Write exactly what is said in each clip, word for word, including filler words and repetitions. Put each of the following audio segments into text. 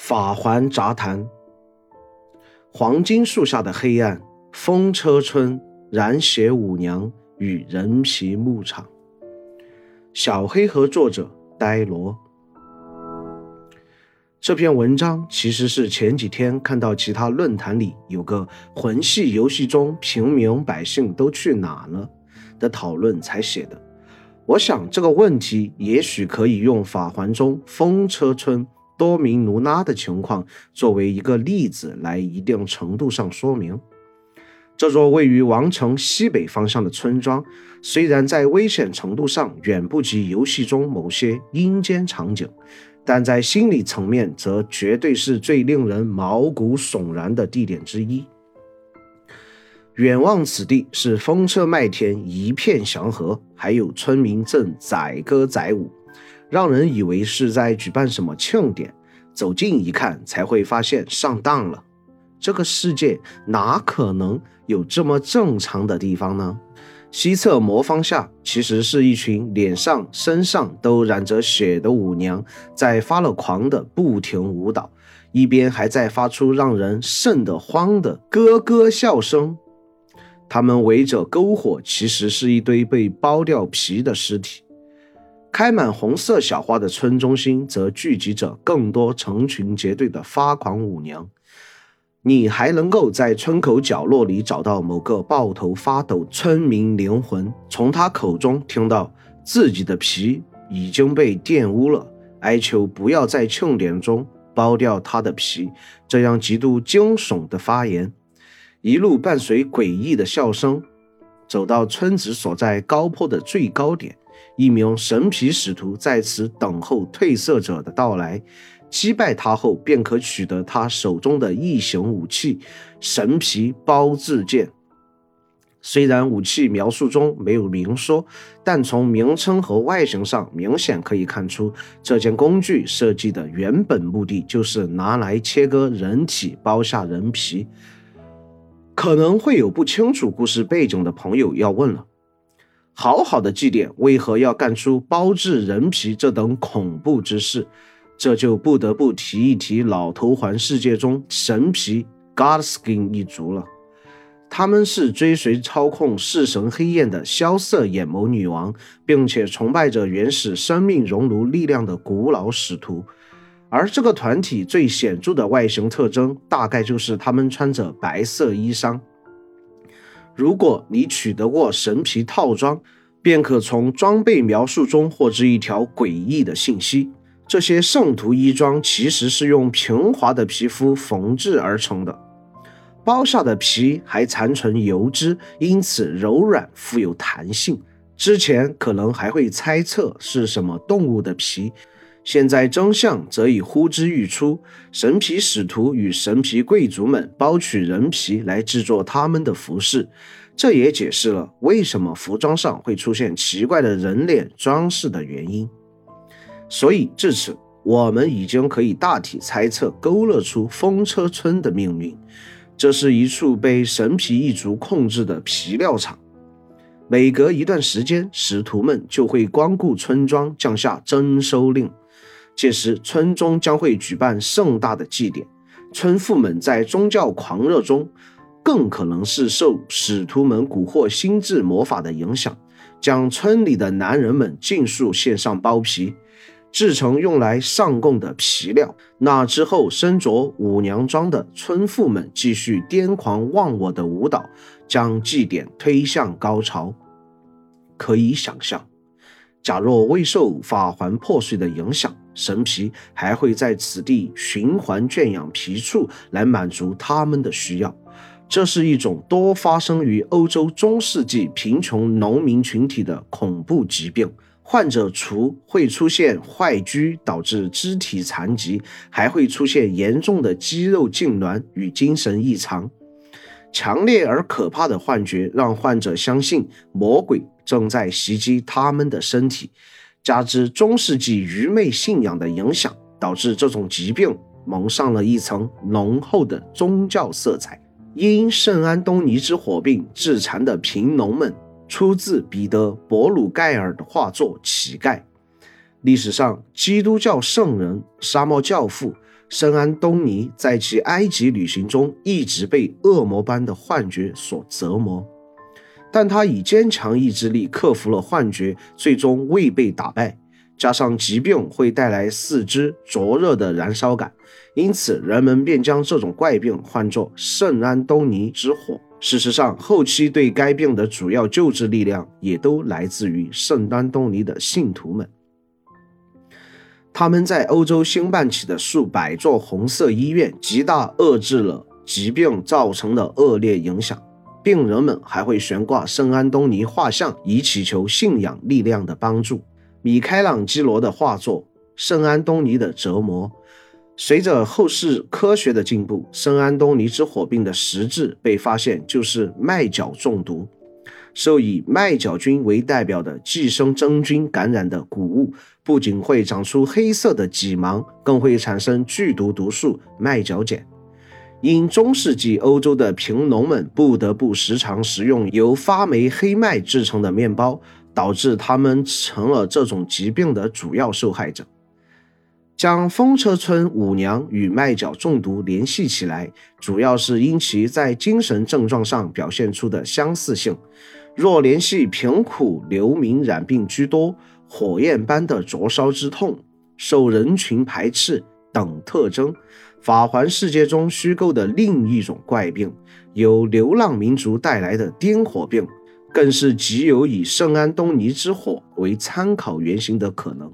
法环杂谈。黄金树下的黑暗，风车村染血舞娘与人皮牧场。小黑盒作者呆罗。这篇文章其实是前几天看到其他论坛里有个魂系游戏中平民百姓都去哪了的讨论才写的。我想这个问题也许可以用法环中风车村多名奴拉的情况作为一个例子来一定程度上说明。这座位于王城西北方向的村庄，虽然在危险程度上远不及游戏中某些阴间场景，但在心理层面则绝对是最令人毛骨悚然的地点之一。远望此地是风车麦田一片祥和，还有村民正载歌载舞，让人以为是在举办什么庆典，走近一看才会发现上当了。这个世界哪可能有这么正常的地方呢？西侧魔方下其实是一群脸上身上都染着血的舞娘在发了狂的不停舞蹈，一边还在发出让人瘆得慌的咯咯笑声。他们围着篝火，其实是一堆被剥掉皮的尸体。开满红色小花的村中心则聚集着更多成群结队的发狂舞娘。你还能够在村口角落里找到某个抱头发抖村民灵魂，从他口中听到自己的皮已经被玷污了，哀求不要在庆典中剥掉他的皮，这样极度惊悚的发言。一路伴随诡异的笑声，走到村子所在高坡的最高点，一名神皮使徒在此等候褪色者的到来，击败他后便可取得他手中的异形武器神皮包制剑。虽然武器描述中没有明说，但从名称和外形上明显可以看出，这件工具设计的原本目的就是拿来切割人体剥下人皮。可能会有不清楚故事背景的朋友要问了，好好的祭典为何要干出剥制人皮这等恐怖之事？这就不得不提一提老头环世界中神皮 Godskin 一族了。他们是追随操控弑神黑焰的萧瑟眼眸女王，并且崇拜着原始生命熔炉力量的古老使徒。而这个团体最显著的外形特征大概就是他们穿着白色衣裳。如果你取得过神皮套装，便可从装备描述中获知一条诡异的信息，这些圣徒衣装其实是用平滑的皮肤缝制而成的，剥下的皮还残存油脂，因此柔软富有弹性。之前可能还会猜测是什么动物的皮，现在真相则已呼之欲出，神皮使徒与神皮贵族们剥取人皮来制作他们的服饰，这也解释了为什么服装上会出现奇怪的人脸装饰的原因。所以至此，我们已经可以大体猜测勾勒出风车村的命运。这是一处被神皮一族控制的皮料厂，每隔一段时间，使徒们就会光顾村庄降下征收令。届时村中将会举办盛大的祭典，村妇们在宗教狂热中，更可能是受使徒们蛊惑心智魔法的影响，将村里的男人们尽数献上剥皮，制成用来上供的皮料。那之后身着舞娘装的村妇们继续癫狂忘我的舞蹈，将祭典推向高潮。可以想象，假若未受法环破碎的影响，神皮还会在此地循环圈养皮畜来满足他们的需要。这是一种多发生于欧洲中世纪贫穷农民群体的恐怖疾病，患者除会出现坏疽导致肢体残疾，还会出现严重的肌肉痉挛与精神异常。强烈而可怕的幻觉让患者相信魔鬼正在袭击他们的身体，加之中世纪愚昧信仰的影响，导致这种疾病蒙上了一层浓厚的宗教色彩。因圣安东尼之火并致残的贫农们，出自彼得·伯鲁盖尔的画作《乞丐》。历史上，基督教圣人、沙漠教父、 圣安东尼在其埃及旅行中一直被恶魔般的幻觉所折磨，但他以坚强意志力克服了幻觉，最终未被打败。加上疾病会带来四肢灼热的燃烧感，因此人们便将这种怪病唤作圣安东尼之火。事实上，后期对该病的主要救治力量也都来自于圣安东尼的信徒们。他们在欧洲兴办起的数百座红色医院极大遏制了疾病造成的恶劣影响，病人们还会悬挂圣安东尼画像，以祈求信仰力量的帮助。米开朗基罗的画作《圣安东尼的折磨》，随着后世科学的进步，圣安东尼之火病的实质被发现就是麦角中毒。受以麦角菌为代表的寄生真菌感染的谷物，不仅会长出黑色的脊芒，更会产生剧毒毒素麦角碱。因中世纪欧洲的贫农们不得不时常食用由发霉黑麦制成的面包，导致他们成了这种疾病的主要受害者。将风车村舞娘与麦角中毒联系起来，主要是因其在精神症状上表现出的相似性。若联系贫苦流民染病居多、火焰般的灼烧之痛、受人群排斥等特征，法环世界中虚构的另一种怪病，由流浪民族带来的颠火病，更是极有以圣安东尼之火为参考原型的可能。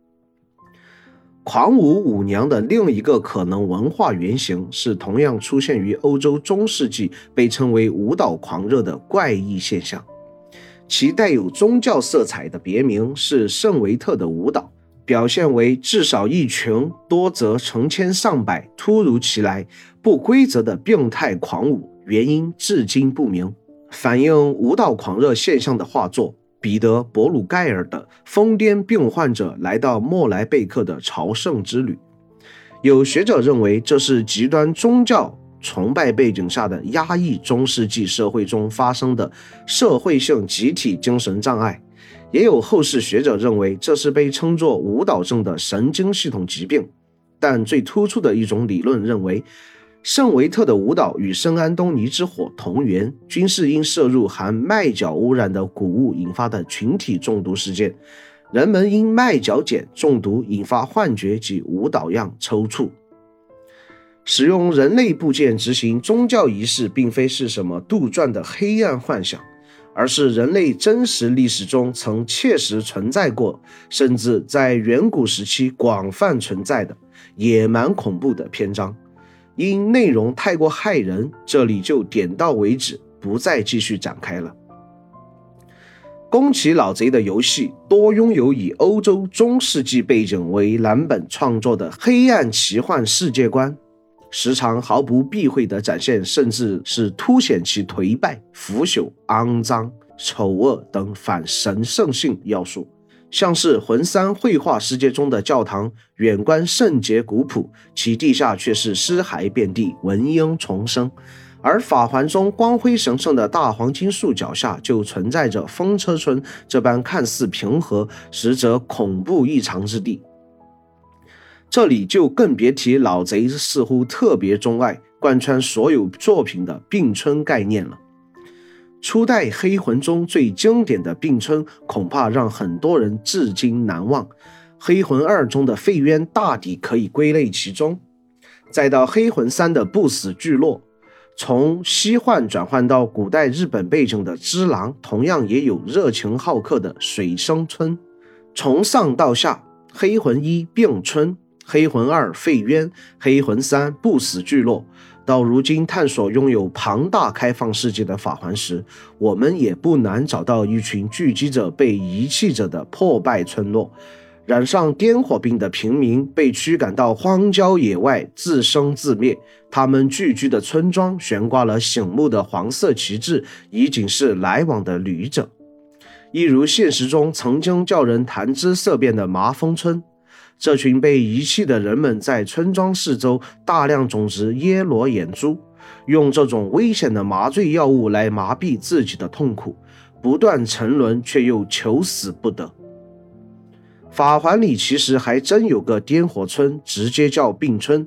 狂舞舞娘的另一个可能文化原型是同样出现于欧洲中世纪，被称为舞蹈狂热的怪异现象。其带有宗教色彩的别名是圣维特的舞蹈，表现为至少一群，多则成千上百，突如其来不规则的病态狂舞，原因至今不明。反映舞蹈狂热现象的画作彼得·博鲁盖尔的疯癫病患者来到莫莱贝克的朝圣之旅，有学者认为这是极端宗教崇拜背景下的压抑中世纪社会中发生的社会性集体精神障碍，也有后世学者认为这是被称作舞蹈症的神经系统疾病。但最突出的一种理论认为，圣维特的舞蹈与圣安东尼之火同源，均是因摄入含麦角污染的谷物引发的群体中毒事件。人们因麦角碱中毒引发幻觉及舞蹈样抽搐。使用人类部件执行宗教仪式并非是什么杜撰的黑暗幻想，而是人类真实历史中曾切实存在过，甚至在远古时期广泛存在的野蛮恐怖的篇章。因内容太过骇人，这里就点到为止，不再继续展开了。宫崎老贼的游戏多拥有以欧洲中世纪背景为蓝本创作的黑暗奇幻世界观，时常毫不避讳地展现甚至是凸显其颓败、腐朽、肮脏、丑恶等反神圣性要素。像是魂三绘画世界中的教堂，远观圣洁古朴，其地下却是尸骸遍地，蚊蝇丛生；而法环中光辉神圣的大黄金树脚下，就存在着风车村这般看似平和，实则恐怖异常之地。这里就更别提老贼似乎特别钟爱贯穿所有作品的并村概念了。初代黑魂中最经典的并村恐怕让很多人至今难忘，黑魂二中的废渊大抵可以归类其中。再到黑魂三的不死聚落，从西幻转换到古代日本背景的之狼，同样也有热情好客的水生村。从上到下，黑魂一并村，黑魂二废渊，黑魂三不死聚落，到如今探索拥有庞大开放世界的法环时，我们也不难找到一群聚集着被遗弃着的破败村落。染上颠火病的平民被驱赶到荒郊野外自生自灭，他们聚居的村庄悬挂了醒目的黄色旗帜，以警示来往的旅者。一如现实中曾经叫人谈之色变的麻风村，这群被遗弃的人们在村庄四周大量种植耶罗眼珠，用这种危险的麻醉药物来麻痹自己的痛苦，不断沉沦却又求死不得。法环里其实还真有个颠火村，直接叫并村。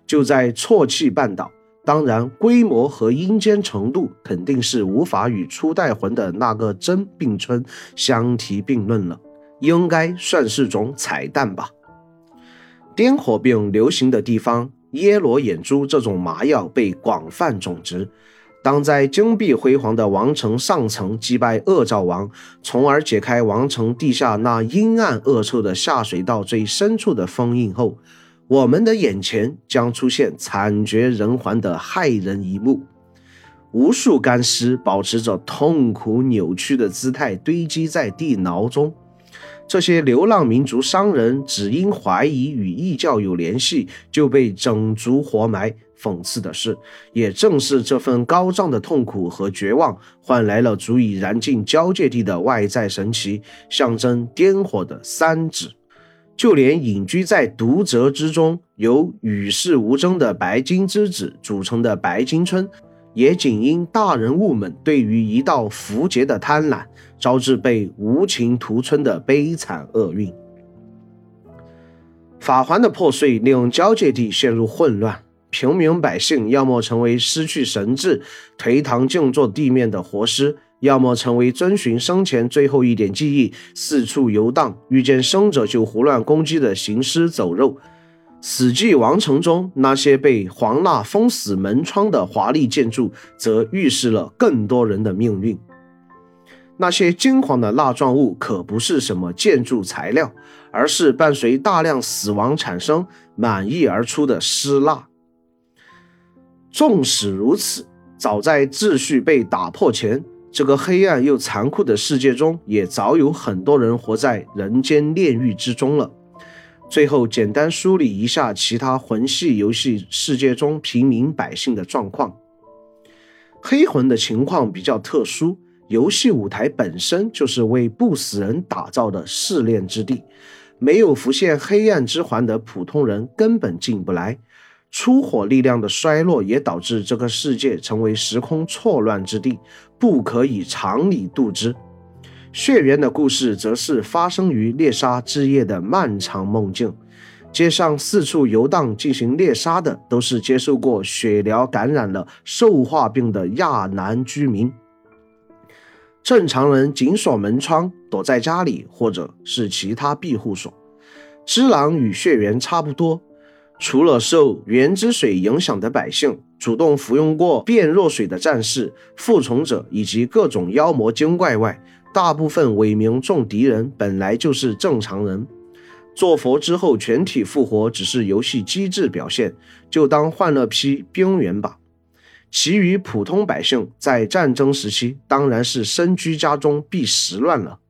就在错气半岛，当然规模和阴间程度肯定是无法与初代魂的那个真并春相提并论了，应该算是种彩蛋吧。颠火病流行的地方，耶罗眼珠这种麻药被广泛种植。当在金碧辉煌的王城上层击败恶兆王，从而解开王城地下那阴暗恶臭的下水道最深处的封印后，我们的眼前将出现惨绝人寰的骇人一幕。无数干尸保持着痛苦扭曲的姿态堆积在地牢中，这些流浪民族商人只因怀疑与异教有联系就被整族活埋。讽刺的是，也正是这份高涨的痛苦和绝望，换来了足以燃尽交界地的外在神奇，象征颠火的三指。就连隐居在毒泽之中，由与世无争的白金之子组成的白金村，也仅因大人物们对于一道符节的贪婪，招致被无情屠村的悲惨厄运。法环的破碎令交界地陷入混乱，平民百姓要么成为失去神智、颓唐静坐地面的活尸，要么成为遵循生前最后一点记忆四处游荡，遇见生者就胡乱攻击的行尸走肉。死寂王城中那些被黄蜡封死门窗的华丽建筑，则预示了更多人的命运。那些金黄的蜡状物可不是什么建筑材料，而是伴随大量死亡产生满溢而出的尸蜡。纵使如此，早在秩序被打破前，这个黑暗又残酷的世界中，也早有很多人活在人间炼狱之中了。最后简单梳理一下其他魂系游戏世界中平民百姓的状况。黑魂的情况比较特殊，游戏舞台本身就是为不死人打造的试炼之地，没有浮现黑暗之环的普通人根本进不来。出火力量的衰落也导致这个世界成为时空错乱之地，不可以常理度之。血缘的故事则是发生于猎杀之夜的漫长梦境，街上四处游荡进行猎杀的都是接受过血疗感染了兽化病的亚南居民。正常人紧锁门窗，躲在家里或者是其他庇护所。只狼与血缘差不多，除了受原之水影响的百姓，主动服用过变弱水的战士、复从者以及各种妖魔精怪外，大部分伪名众敌人本来就是正常人。做佛之后全体复活只是游戏机制表现，就当换了批兵员吧。其余普通百姓在战争时期当然是身居家中避时乱了。